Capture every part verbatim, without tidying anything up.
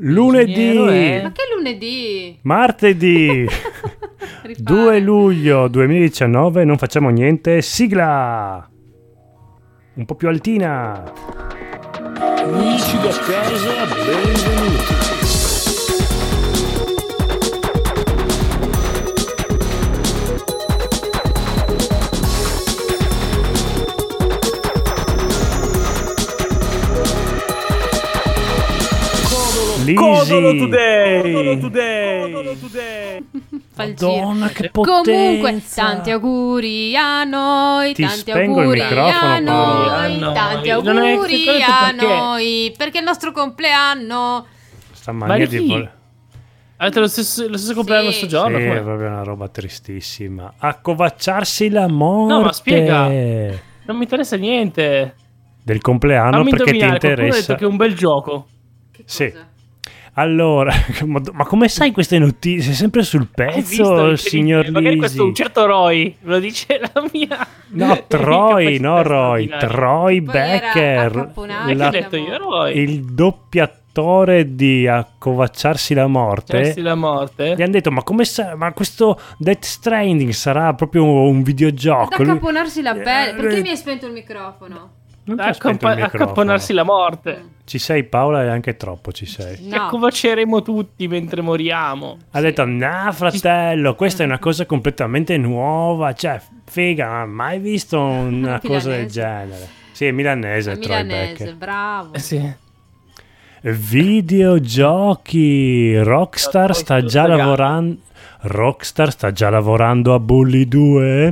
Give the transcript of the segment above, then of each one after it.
Lunedì. Ma che lunedì? Martedì. due luglio duemiladiciannove, non facciamo niente. Sigla. Un po' più altina. Amici da casa, benvenuti. Codolo today. Codolo today. Codolo today. Madonna, che potenza. Comunque, tanti auguri a noi, Ti tanti spengo il auguri microfono, a noi, Paola. A noi. tanti Non è- auguri perché- a perché? noi, perché è il nostro compleanno. Sta Ma mania di di chi? vol- Avete lo stesso, lo stesso compleanno Sì. sto giorno? Sì, Com'è? è proprio una roba tristissima. Accovacciarsi la morte. No, ma spiega. Non mi interessa niente. Del compleanno. Fammi Perché ti indovinare, qualcuno ha interessa. detto che è un bel gioco. Che Sì. cosa? Allora, ma, ma come sai queste notizie? Sei sempre sul Hai visto? pezzo, Incredibile. signor Magari questo è un Lisi. certo Roy, lo dice la mia. No, Troy, incapacità no Roy, straordinaria. Troy Poi era Becker, accapponare E che la- ho detto io, Roy? il doppiatore di Accovacciarsi la morte. Cersi la morte. Gli hanno detto, ma come sa, ma questo Death Stranding sarà proprio un Da videogioco? Lui- accapponarsi la pelle. Eh, Perché eh, mi hai spento il microfono? Non ti ho spento Accampa- il microfono. accapponarsi la morte. Ci sei Paola e anche troppo ci sei. Ci No. accovacceremo tutti mentre moriamo. Ha detto, no fratello, questa è una cosa completamente nuova, cioè, figa, non ho mai visto una cosa del Milanese. genere. Sì, è milanese, È Troy milanese, Becker. bravo. Eh sì. Videogiochi. Rockstar sta già Ragazzi. lavorando. Rockstar sta già lavorando a Bully due?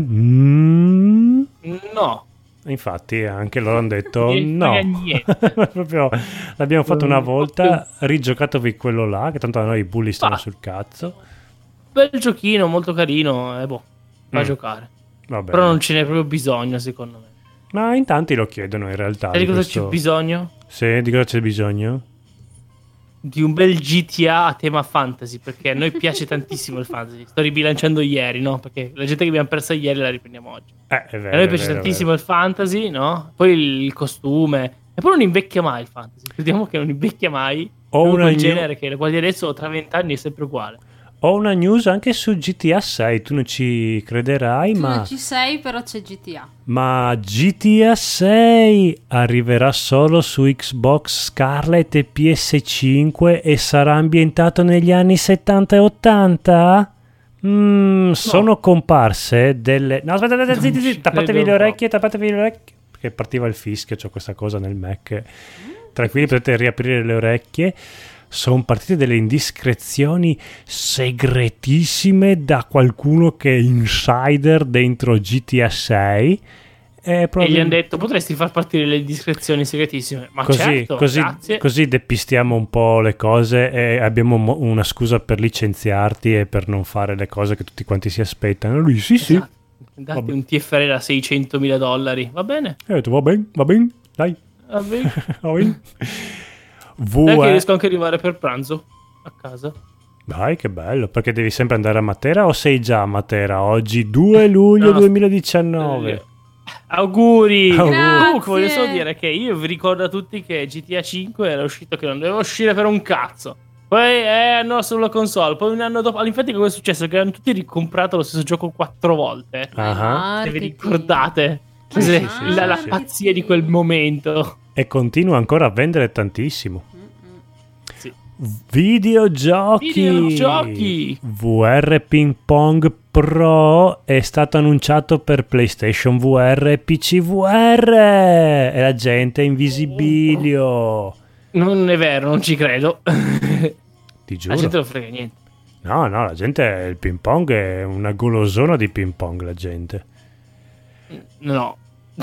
Mm. No. Infatti, anche loro hanno detto Non gliene no. frega niente. Proprio l'abbiamo fatto una volta. Rigiocatevi quello là, che tanto a noi i bulli stanno Ah. sul cazzo. Bel giochino, molto carino. E boh, va a Mm. giocare. Vabbè. Però non ce n'è proprio bisogno, secondo me. Ma in tanti lo chiedono in realtà. E di cosa questo- c'è bisogno? Sì, di cosa c'è bisogno? Di un bel G T A a tema fantasy, perché a noi piace tantissimo il fantasy. Sto ribilanciando ieri, no? Perché la gente che abbiamo persa ieri la riprendiamo oggi. Eh, è vero. A noi è piace vero, è tantissimo il fantasy, no? Poi il, il costume. E poi non invecchia mai il fantasy. Crediamo che non invecchia mai. Ho È una quel new- genere che lo guardi adesso tra vent'anni è sempre uguale. Ho una news anche su G T A sei, tu non ci crederai, Tu ma... non ci sei, però c'è G T A. Ma G T A sei arriverà solo su Xbox Scarlet e P S cinque e sarà ambientato negli anni settanta e ottanta? Mm, sono comparse delle... No, aspetta, aspetta, zitti, Non zitti, ci tappatevi credo le orecchie, tappatevi le orecchie. Perché partiva il fischio, c'ho questa cosa nel Mac. Tranquilli, potete riaprire le orecchie. Sono partite delle indiscrezioni segretissime da qualcuno che è insider dentro G T A sei. E, E proprio- gli hanno detto: potresti far partire le discrezioni segretissime. Ma così, certo, così, grazie. così depistiamo un po' le cose e abbiamo mo- una scusa per licenziarti e per non fare le cose che tutti quanti si aspettano. Lui sì sì. Esatto. Date Vabbè. un T F R da seicentomila dollari. Va bene? E ho detto va bene, va bene, dai. Va bene. Va bene. Dai che V- riesco anche ad arrivare per pranzo a casa. Dai, che bello, perché devi sempre andare a Matera o sei già a Matera oggi, due luglio No, no, duemiladiciannove? Eh, Auguri! Auguri. Comunque voglio solo Grazie. dire che io vi ricordo a tutti che G T A cinque era uscito che non doveva uscire per un cazzo. Poi eh, hanno solo console. Poi un anno dopo. Infatti, cosa è successo? Che hanno tutti ricomprato lo stesso gioco quattro volte. Ah. Se vi Marketing. ricordate, Sì, Cos'è? sì, sì, la, la sì. pazzia di quel momento. E continua ancora a vendere tantissimo. Mm-mm. Sì. Videogiochi. Videogiochi. V R Ping Pong Pro è stato annunciato per PlayStation V R e P C V R. E la gente è in visibilio. Non è vero, non ci credo. Ti La giuro. gente non frega niente. No, no, la gente, il ping pong è una golosona di ping pong, la gente. No.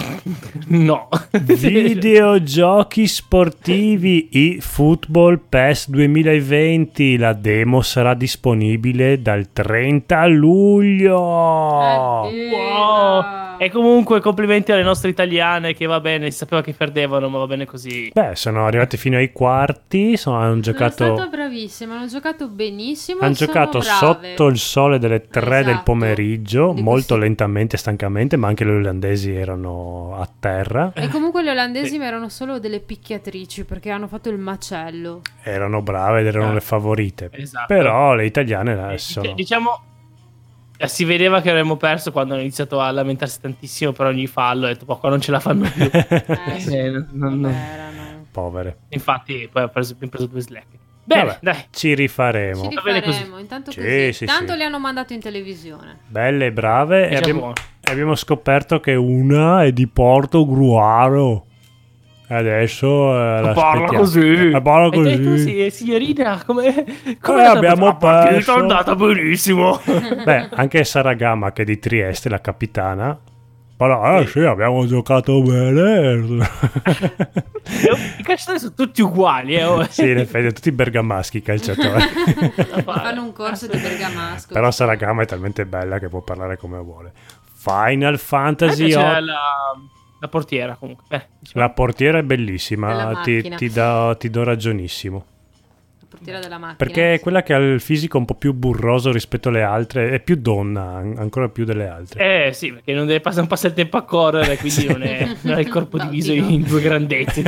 No. Videogiochi sportivi, i Football Pass duemilaventi, la demo sarà disponibile dal trenta luglio. Evviva! Wow. E comunque complimenti alle nostre italiane che va bene, si sapeva che perdevano, ma va bene così. Beh, sono arrivati fino ai quarti, sono, hanno giocato... Sono stata bravissima, hanno giocato benissimo. Hanno sono giocato brave. sotto il sole delle tre del Esatto. pomeriggio, Di molto questi- lentamente e stancamente, ma anche gli olandesi erano a terra. E comunque gli olandesi erano solo delle picchiatrici perché hanno fatto il macello. Erano brave ed erano Ah, le favorite. esatto. Però le italiane eh, Eh, sono... Diciamo, eh, si vedeva che avremmo perso quando hanno iniziato a lamentarsi tantissimo per ogni fallo. Ho detto, boh, qua non ce la fanno più. Eh, sì, Eh, non- non- vabbè, erano... Povere. Infatti, poi ha preso, abbiamo preso due slack. Bene, Vabbè, dai. ci rifaremo. Ci Va bene così. rifaremo, intanto Sì, così. sì, Tanto sì. li hanno mandato in televisione. Belle e brave. È E già abbiamo, buono. e abbiamo scoperto che una è di Porto Gruaro. E adesso eh, Parla l'aspettiamo. così. Eh, parla E te così. così, signorina, come, come Eh, è andata? abbiamo La partita perso. è andata benissimo. Beh, anche Saragama, che è di Trieste, la capitana. Però, eh, sì, abbiamo giocato bene. I calciatori sono tutti uguali, eh. oh. Sì, in effetti, tutti bergamaschi i calciatori. Fanno un corso di bergamasco. Però Saragama è talmente bella che può parlare come vuole. Final Fantasy C'è otto. la, la portiera comunque. Eh, diciamo. La portiera è bellissima, Della ti, macchina. ti do, ti do ragionissimo. La portiera della macchina. Perché è quella che ha il fisico un po' più burroso rispetto alle altre, è più donna, an- ancora più delle altre. Eh sì, perché non deve passare, non passa il tempo a correre, quindi non, è, non ha il corpo diviso Oddio. in due grandezze.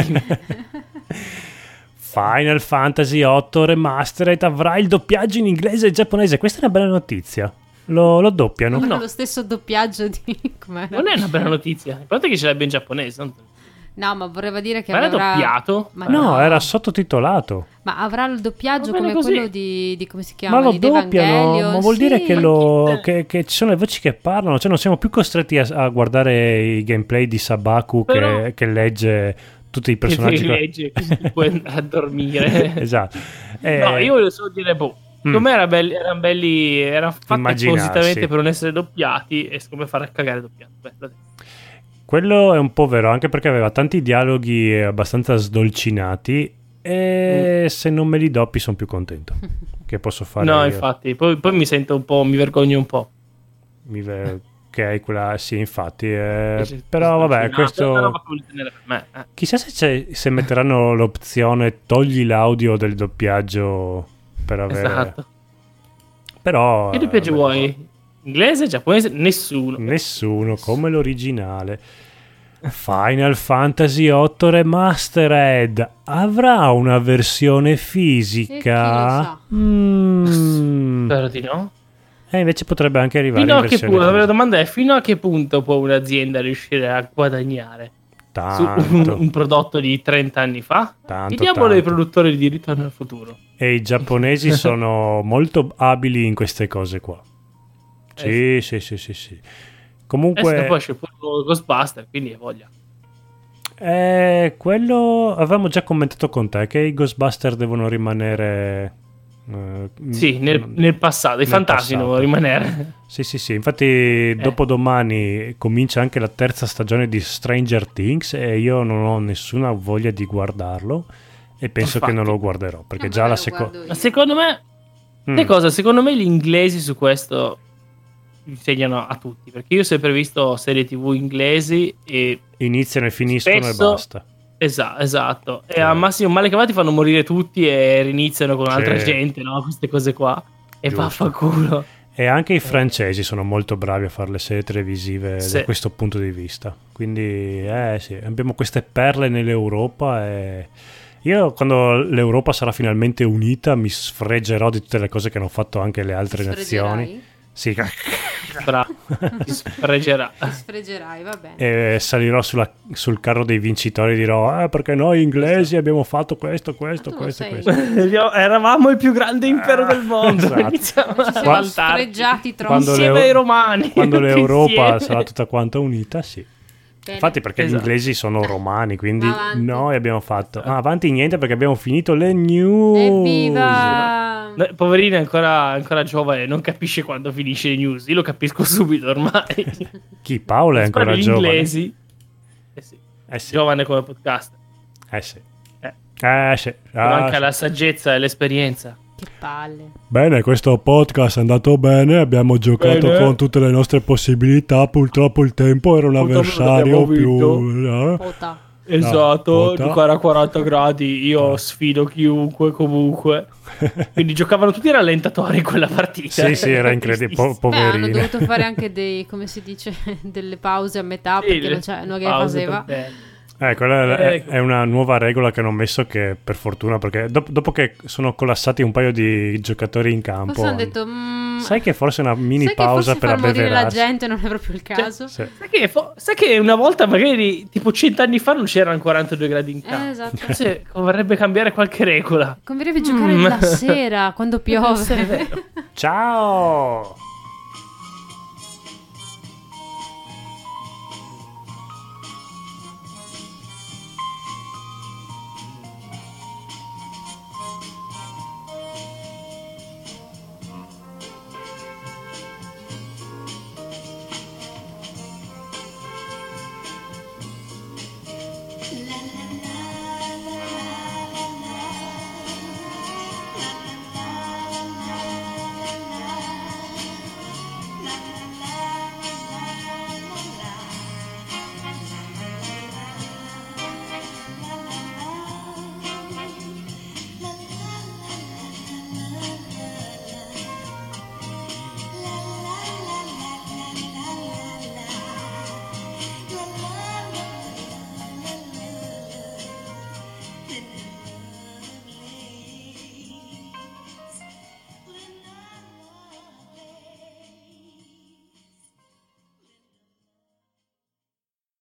Final Fantasy otto Remastered avrà il doppiaggio in inglese e giapponese. Questa è una bella notizia. Lo, lo doppiano. Avrà No. lo stesso doppiaggio di... com'era? Non è una bella notizia. L'importante è che ce l'abbia in giapponese. non- No, ma voleva dire che Ma era avrà... doppiato? Ma No, era sottotitolato. Ma avrà il doppiaggio Va bene come così. quello di, di come si chiama? Ma lo di doppiano, Evangelion? ma vuol dire Sì. che, lo, che, che ci sono le voci che parlano, cioè non siamo più costretti a, a guardare i gameplay di Sabaku Però- che, che legge tutti i Che personaggi. devi leggere, così tu puoi andare a dormire. Esatto. Eh, No, io voglio solo dire, boh, secondo me era belli- erano belli, erano fatti Immaginarsi. appositamente per non essere doppiati e secondo me fare cagare doppiato. Beh, lo dico. Quello è un po' vero, anche perché aveva tanti dialoghi abbastanza sdolcinati e se non me li doppi sono più contento. Che posso fare no, io. infatti, poi, poi mi sento un po', mi vergogno un po'. Mi ve- che hai quella... Sì, infatti. eh, Sì, però vabbè, no, è una questo... roba che voglio tenere per me. eh. Chissà se, c'è- se metteranno l'opzione togli l'audio del doppiaggio per avere... Esatto. Però... Che doppiaggio eh, vuoi? Inglese, giapponese? Nessuno. Nessuno, come l'originale. Final Fantasy otto Remastered avrà una versione fisica? E chi lo sa? Mm. Spero di no. E invece potrebbe anche arrivare Fino in a che versione punto, la vera fisica. domanda è fino a che punto può un'azienda riuscire a guadagnare su un, Tanto, un prodotto di trenta anni fa? tanto, Chiediamolo ai tanto. produttori di Ritorno al futuro. E i giapponesi sono molto abili in queste cose qua. Sì, sì, sì, sì, sì. Comunque... Adesso poi esce pure il nuovo Ghostbuster, quindi è voglia. Eh, quello avevamo già commentato con te che i Ghostbuster devono rimanere eh, Sì, nel, mm, nel passato, i nel fantasmi passato. devono rimanere. Sì, sì, sì. Infatti, dopodomani comincia anche la terza stagione di Stranger Things e io non ho nessuna voglia di guardarlo e penso Infatti. che non lo guarderò perché Vabbè, già la lo seconda. guardo io. Ma secondo me, Mm. sai cosa? Secondo me gli inglesi su questo insegnano a tutti, perché io ho sempre visto serie tv inglesi e Iniziano e finiscono Spesso- e basta. Esa- esatto, e Sì. al massimo male cavati fanno morire tutti e riniziano con altra Sì. gente, no? Queste cose qua. E Giusto. vaffanculo. E anche i francesi sono molto bravi a fare le serie televisive Sì. da questo punto di vista. Quindi, eh sì, abbiamo queste perle nell'Europa e io quando l'Europa sarà finalmente unita mi sfregerò di tutte le cose che hanno fatto anche le altre nazioni. Sfregerai? Sì, Bravo, ti sfregerà. Ti sfregerai, va bene. e salirò sulla- sul carro dei vincitori e dirò ah, perché noi inglesi abbiamo fatto questo, questo, Ma tu lo questo e sei. questo. Eravamo il più grande impero del mondo. Esatto. Iniziamo Ci a siamo vantarci. sfregiati troppo. Quando Insieme l'Eu- ai romani. Quando tutti l'Europa insieme. sarà tutta quanta unita, sì. Bene. Infatti perché Esatto. gli inglesi sono romani, quindi Avanti. noi abbiamo fatto ah, avanti niente perché abbiamo finito le news. Evviva! No, poverino è ancora, ancora giovane, non capisce quando finisce le news. Io lo capisco subito ormai. Chi? Paolo è ancora Gli giovane. inglesi. Eh sì, Eh sì, giovane come podcast. eh sì. Eh. Eh sì. Ah, Manca sì. la saggezza e l'esperienza. Che palle. Bene, questo podcast è andato bene, abbiamo giocato Bene. con tutte le nostre possibilità, purtroppo il tempo era un Purtroppo avversario l'abbiamo più... eh? Pota. Esatto, Vota. giocare a quaranta gradi, io Ah. sfido chiunque comunque. Quindi giocavano tutti i rallentatori in quella partita. Sì, sì, era incredibile, po- Beh, hanno poverini. dovuto fare anche dei, come si dice, delle pause a metà Sì, perché le non, c'è, non che pause faceva. per te. Eh, quella è, Ecco. è una nuova regola che hanno messo che per fortuna, perché dop- dopo che sono collassati un paio di giocatori in campo, Forse hanno detto, mm, sai che forse una mini sai che pausa forse per far morire la abbeverarsi. gente non è proprio il caso. Sì. Sai che, fo- sai che una volta, magari tipo cent'anni fa, non c'erano quarantadue gradi in campo. Eh, esatto. Forse vorrebbe cambiare qualche regola. Converrebbe giocare Mm. la sera quando piove. Forse è vero. Ciao!